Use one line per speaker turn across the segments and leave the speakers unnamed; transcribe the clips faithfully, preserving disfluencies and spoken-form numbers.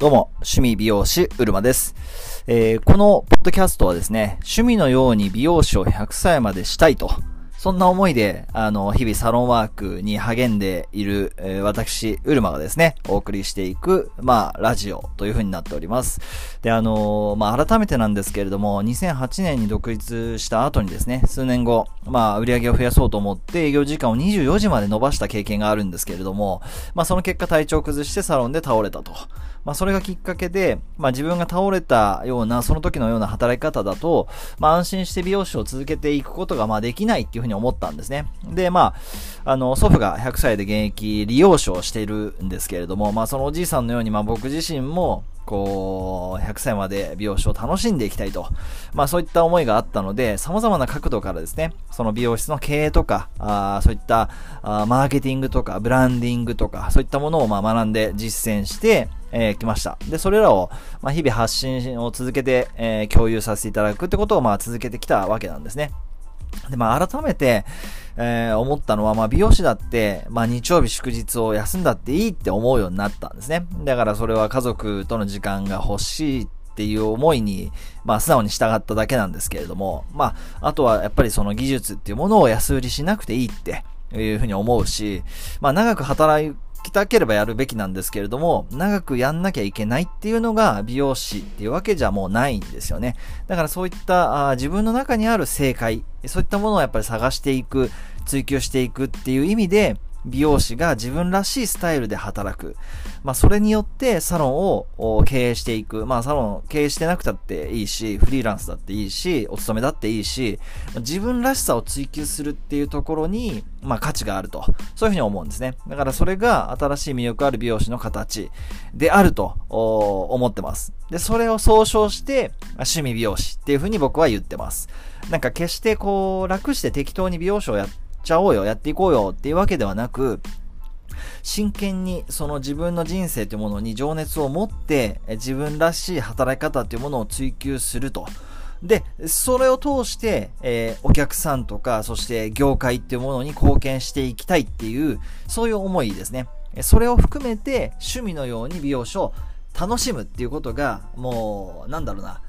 どうも、趣味美容師、うるまです。えー、このポッドキャストはですね、趣味のように美容師をひゃくさいまでしたいと、そんな思いで、あの、日々サロンワークに励んでいる、えー、私、うるまがですね、お送りしていく、まあ、ラジオという風になっております。で、あのー、まあ、改めてなんですけれども、にせんはちねんに独立した後にですね、数年後、まあ、売り上げを増やそうと思って営業時間をにじゅうよじまで伸ばした経験があるんですけれども、まあ、その結果体調を崩してサロンで倒れたと。まあ、それがきっかけで、まあ、自分が倒れたような、その時のような働き方だと、まあ、安心して美容師を続けていくことが、まあ、できないっていうふうに思ったんですね。で、まあ、あの、祖父がひゃくさいで現役理容師をしているんですけれども、まあ、そのおじいさんのように、まあ、僕自身も、こう、ひゃくさいまで美容師を楽しんでいきたいと。まあそういった思いがあったので、様々な角度からですね、その美容室の経営とか、あそういったあマーケティングとか、ブランディングとか、そういったものをまあ学んで実践してき、えー、ました。で、それらを、まあ、日々発信を続けて、えー、共有させていただくってことをまあ続けてきたわけなんですね。で、まあ改めて、えー、思ったのは、まあ美容師だって、まあ日曜日祝日を休んだっていいって思うようになったんですね。だからそれは家族との時間が欲しいっていう思いに、まあ素直に従っただけなんですけれども、まあ、あとはやっぱりその技術っていうものを安売りしなくていいっていうふうに思うし、まあ長く働い来たければやるべきなんですけれども、長くやんなきゃいけないっていうのが美容師っていうわけじゃもうないんですよね。だからそういったあ自分の中にある正解、そういったものをやっぱり探していく、追求していくっていう意味で、美容師が自分らしいスタイルで働く。まあそれによってサロンを経営していく。まあサロン経営してなくたっていいし、フリーランスだっていいし、お勤めだっていいし、自分らしさを追求するっていうところに、まあ価値があると。そういうふうに思うんですね。だからそれが新しい魅力ある美容師の形であると思ってます。で、それを総称して趣味美容師っていうふうに僕は言ってます。なんか決してこう楽して適当に美容師をやってちゃおうよ、やっていこうよっていうわけではなく、真剣にその自分の人生というものに情熱を持って自分らしい働き方というものを追求すると。で、それを通して、えー、お客さんとか、そして業界っていうものに貢献していきたいっていう、そういう思いですね。それを含めて趣味のように美容師を楽しむっていうことが、もう、なんだろうな。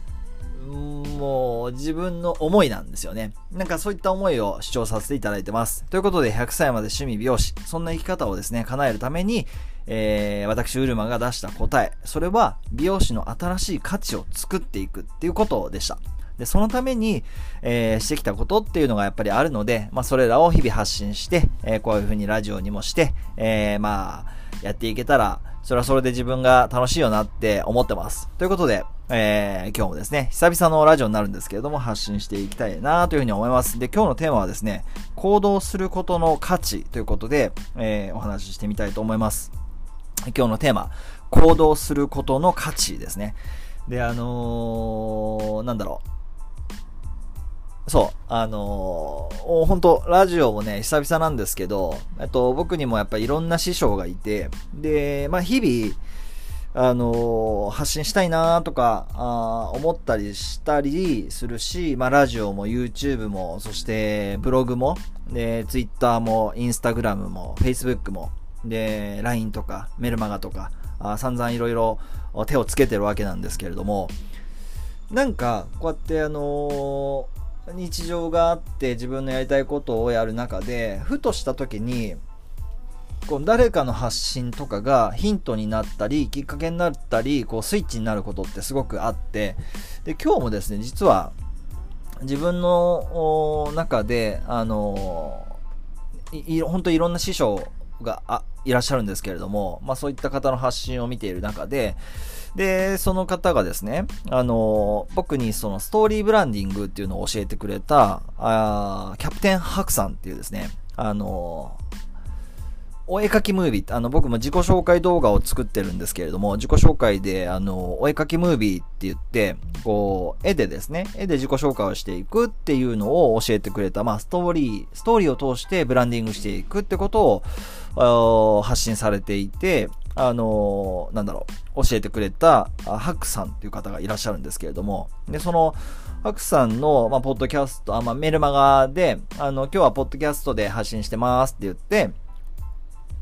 もう自分の思いなんですよね。なんかそういった思いを主張させていただいてます。ということでひゃくさいまで趣味美容師、そんな生き方をですね、叶えるために、えー、私ウルマが出した答え、それは美容師の新しい価値を作っていくっていうことでした。で、そのために、えー、してきたことっていうのがやっぱりあるので、まあそれらを日々発信して、えー、こういう風にラジオにもして、えー、まあ、やっていけたら、それはそれで自分が楽しいよなって思ってます。ということで、えー、今日もですね、久々のラジオになるんですけれども、発信していきたいなというふうに思います。で、今日のテーマはですね、行動することの価値ということで、えー、お話ししてみたいと思います。今日のテーマ、行動することの価値ですね。で、あのー、なんだろう。そう、あのー、本当ラジオもね、久々なんですけど、えっと、僕にもやっぱりいろんな師匠がいて、で、まあ、日々、あのー、発信したいなとか、あ思ったりしたりするし、まあ、ラジオも YouTube も、そしてブログも、で、Twitter も Instagram も Facebook も、で、ライン とかメルマガとか、あ散々いろいろ手をつけてるわけなんですけれども、なんか、こうやってあのー、日常があって自分のやりたいことをやる中で、ふとした時に、こう誰かの発信とかがヒントになったり、きっかけになったり、こうスイッチになることってすごくあって、で、今日もですね、実は自分の中で、あのい、い本当にいろんな師匠があいらっしゃるんですけれども、まあそういった方の発信を見ている中で、で、その方がですね、あの、僕にそのストーリーブランディングっていうのを教えてくれた、あキャプテンハクさんっていうですね、あの、お絵かきムービー、あの、僕も自己紹介動画を作ってるんですけれども、自己紹介で、あの、お絵かきムービーって言って、こう、絵でですね、絵で自己紹介をしていくっていうのを教えてくれた、まあ、ストーリー、ストーリーを通してブランディングしていくってことを、発信されていて、あの、なんだろう、教えてくれた、ハクさんっていう方がいらっしゃるんですけれども、で、その、ハクさんの、まあ、ポッドキャスト、あ、まあ、メルマガで、あの、今日はポッドキャストで発信してますって言って、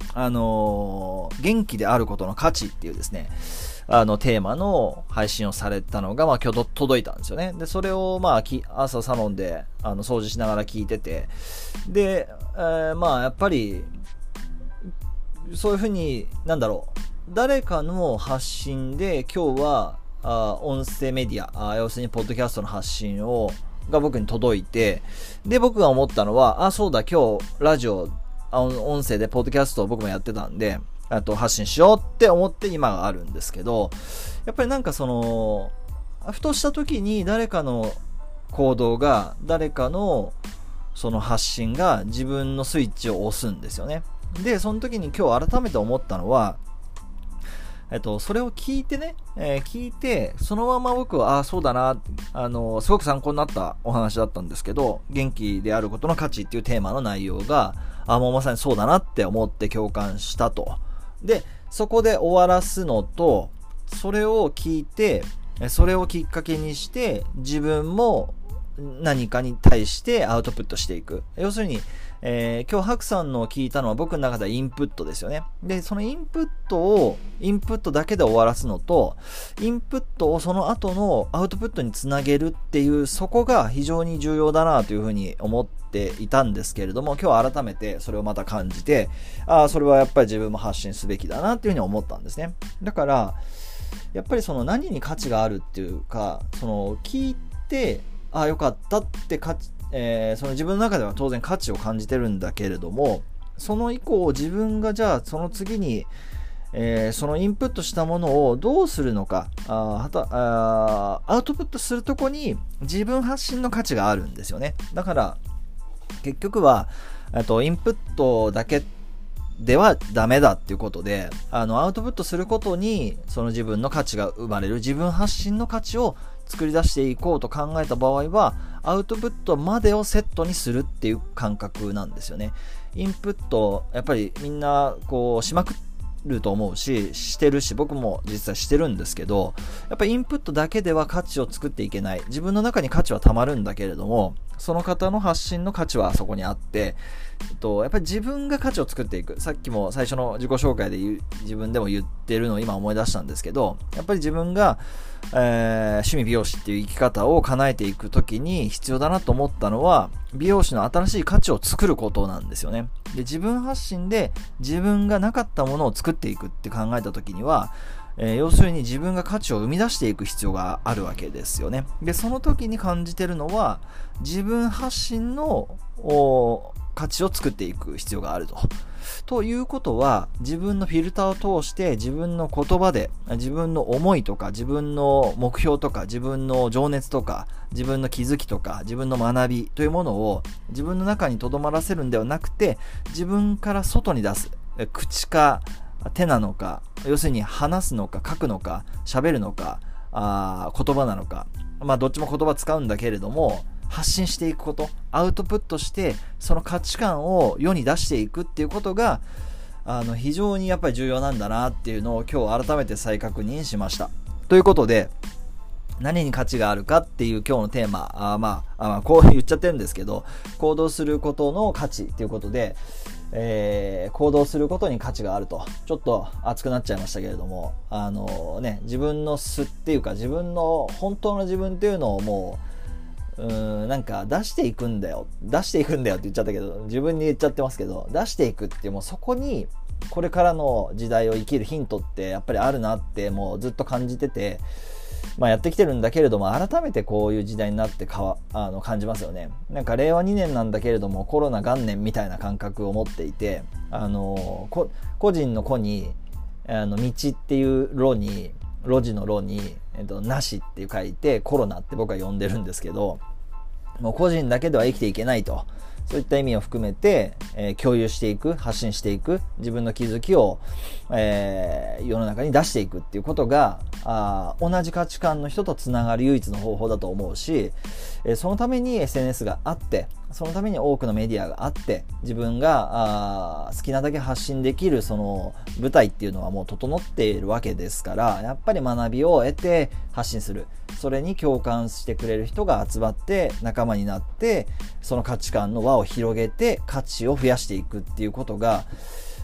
あのー、元気であることの価値っていうですね、あのテーマの配信をされたのが、まあ今日届いたんですよね。で、それをまあ朝サロンであの掃除しながら聞いてて、で、えー、まあやっぱり、そういうふうに、なんだろう、誰かの発信で今日は、あ音声メディア、あ要するにポッドキャストの発信を、が僕に届いて、で、僕が思ったのは、あ、そうだ、今日ラジオ、音声でポッドキャストを僕もやってたんで、あと発信しようって思って今があるんですけど、やっぱりなんかその、ふとした時に誰かの行動が、誰かのその発信が自分のスイッチを押すんですよね。で、その時に今日改めて思ったのは、えっと、それを聞いてね、えー、聞いて、そのまま僕は、ああ、そうだな、あの、すごく参考になったお話だったんですけど、元気であることの価値っていうテーマの内容が、あ、もうまさにそうだなって思って共感したと。で、そこで終わらすのと、それを聞いて、それをきっかけにして、自分も何かに対してアウトプットしていく。要するに、えー、今日ハクさんの聞いたのは僕の中ではインプットですよね。で、そのインプットを、インプットだけで終わらすのと、インプットをその後のアウトプットにつなげるっていう、そこが非常に重要だなというふうに思っていたんですけれども、今日改めてそれをまた感じて、ああ、それはやっぱり自分も発信すべきだなっていうふうに思ったんですね。だから、やっぱりその何に価値があるっていうか、その聞いて、ああ、よかったって価値、えー、その自分の中では当然価値を感じてるんだけれども、その以降自分がじゃあその次に、えー、そのインプットしたものをどうするのか、あはたあアウトプットするとこに自分発信の価値があるんですよね。だから結局はとインプットだけではダメだっていうことで、あのアウトプットすることにその自分の価値が生まれる、自分発信の価値を作り出していこうと考えた場合は、アウトプットまでをセットにするっていう感覚なんですよね。インプットやっぱりみんなこうしまくると思うし、してるし、僕も実際してるんですけど、やっぱりインプットだけでは価値を作っていけない。自分の中に価値はたまるんだけれども、その方の発信の価値はそこにあって、えっと、やっぱり自分が価値を作っていく。さっきも最初の自己紹介で言う、自分でも言ってるのを今思い出したんですけど、やっぱり自分が、えー、趣味美容師っていう生き方を叶えていくときに必要だなと思ったのは、美容師の新しい価値を作ることなんですよね。で、自分発信で自分がなかったものを作っていくって考えたときには、えー、要するに自分が価値を生み出していく必要があるわけですよね。で、その時に感じてるのは、自分発信の価値を作っていく必要があると。ということは、自分のフィルターを通して自分の言葉で、自分の思いとか、自分の目標とか、自分の情熱とか、自分の気づきとか、自分の学びというものを自分の中に留まらせるんではなくて、自分から外に出す。口か手なのか、要するに話すのか書くのか喋るのか、あ言葉なのか、まあどっちも言葉使うんだけれども、発信していくこと、アウトプットしてその価値観を世に出していくっていうことがあの非常にやっぱり重要なんだなっていうのを今日改めて再確認しました。ということで、何に価値があるかっていう今日のテーマ、あまあ、あこう言っちゃってるんですけど、行動することの価値っていうことで、えー、行動することに価値があると、ちょっと熱くなっちゃいましたけれども、あのね、自分の素っていうか、自分の本当の自分っていうのをもううーんなんか出していくんだよ出していくんだよって言っちゃったけど、自分に言っちゃってますけど、出していくっていう、もうそこにこれからの時代を生きるヒントってやっぱりあるなってもうずっと感じてて、まあやってきてるんだけれども、改めてこういう時代になってかわあの感じますよね。なんかれいわにねんなんだけれどもコロナ元年みたいな感覚を持っていて、あのこ個人の個にあの道っていう路に路地の路に、えっと、なしっていう書いてコロナって僕は呼んでるんですけど、もう個人だけでは生きていけないと、そういった意味を含めて、えー、共有していく、発信していく、自分の気づきを、えー、世の中に出していくっていうことがあ同じ価値観の人とつながる唯一の方法だと思うし、えー、そのために エスエヌエス があって、そのために多くのメディアがあって、自分があ好きなだけ発信できるその舞台っていうのはもう整っているわけですから、やっぱり学びを得て発信する、それに共感してくれる人が集まって仲間になって、その価値観の輪を広げて価値を増やしていくっていうことが、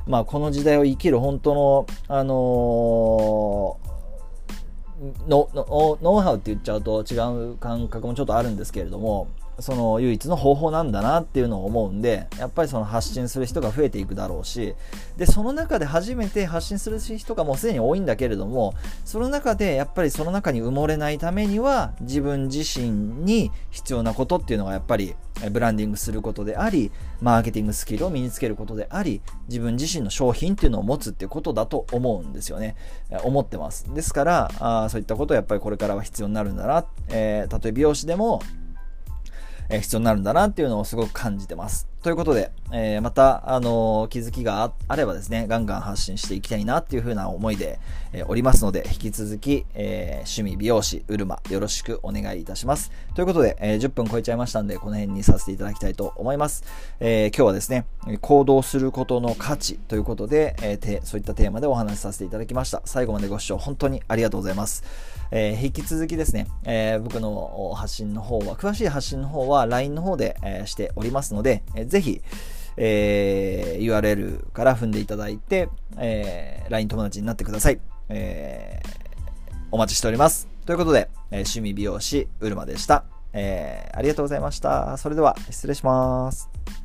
まあこの時代を生きる本当の、あのーノ, ノ, ノウハウって言っちゃうと違う感覚もちょっとあるんですけれども、その唯一の方法なんだなっていうのを思うんで、やっぱりその発信する人が増えていくだろうし、でその中で初めて発信する人がもうすでに多いんだけれども、その中でやっぱりその中に埋もれないためには、自分自身に必要なことっていうのがやっぱりブランディングすることであり、マーケティングスキルを身につけることであり、自分自身の商品っていうのを持つっていうことだと思うんですよね。思ってます。ですからあそういったことをやっぱりこれからは必要になるんだな、えー、たとえ美容師でもえ必要になるんだなっていうのをすごく感じてます。ということで、えー、また、あのー、気づきが あ, あればですね、ガンガン発信していきたいなっていう風な思いで、えー、おりますので、引き続き、えー、趣味美容師うるまよろしくお願いいたします。ということで、えー、じゅっぷん超えちゃいましたんで、この辺にさせていただきたいと思います。えー、今日はですね、行動することの価値ということで、えー、てそういったテーマでお話しさせていただきました。最後までご視聴本当にありがとうございます。えー、引き続きですね、えー、僕の発信の方は、詳しい発信の方は ライン の方で、えー、しておりますので、えー、ぜひ、えー、ユーアールエル から踏んでいただいて、えー、ライン 友達になってください。えー、お待ちしております。ということで、えー、趣味美容師うるまでした。えー、ありがとうございました。それでは失礼します。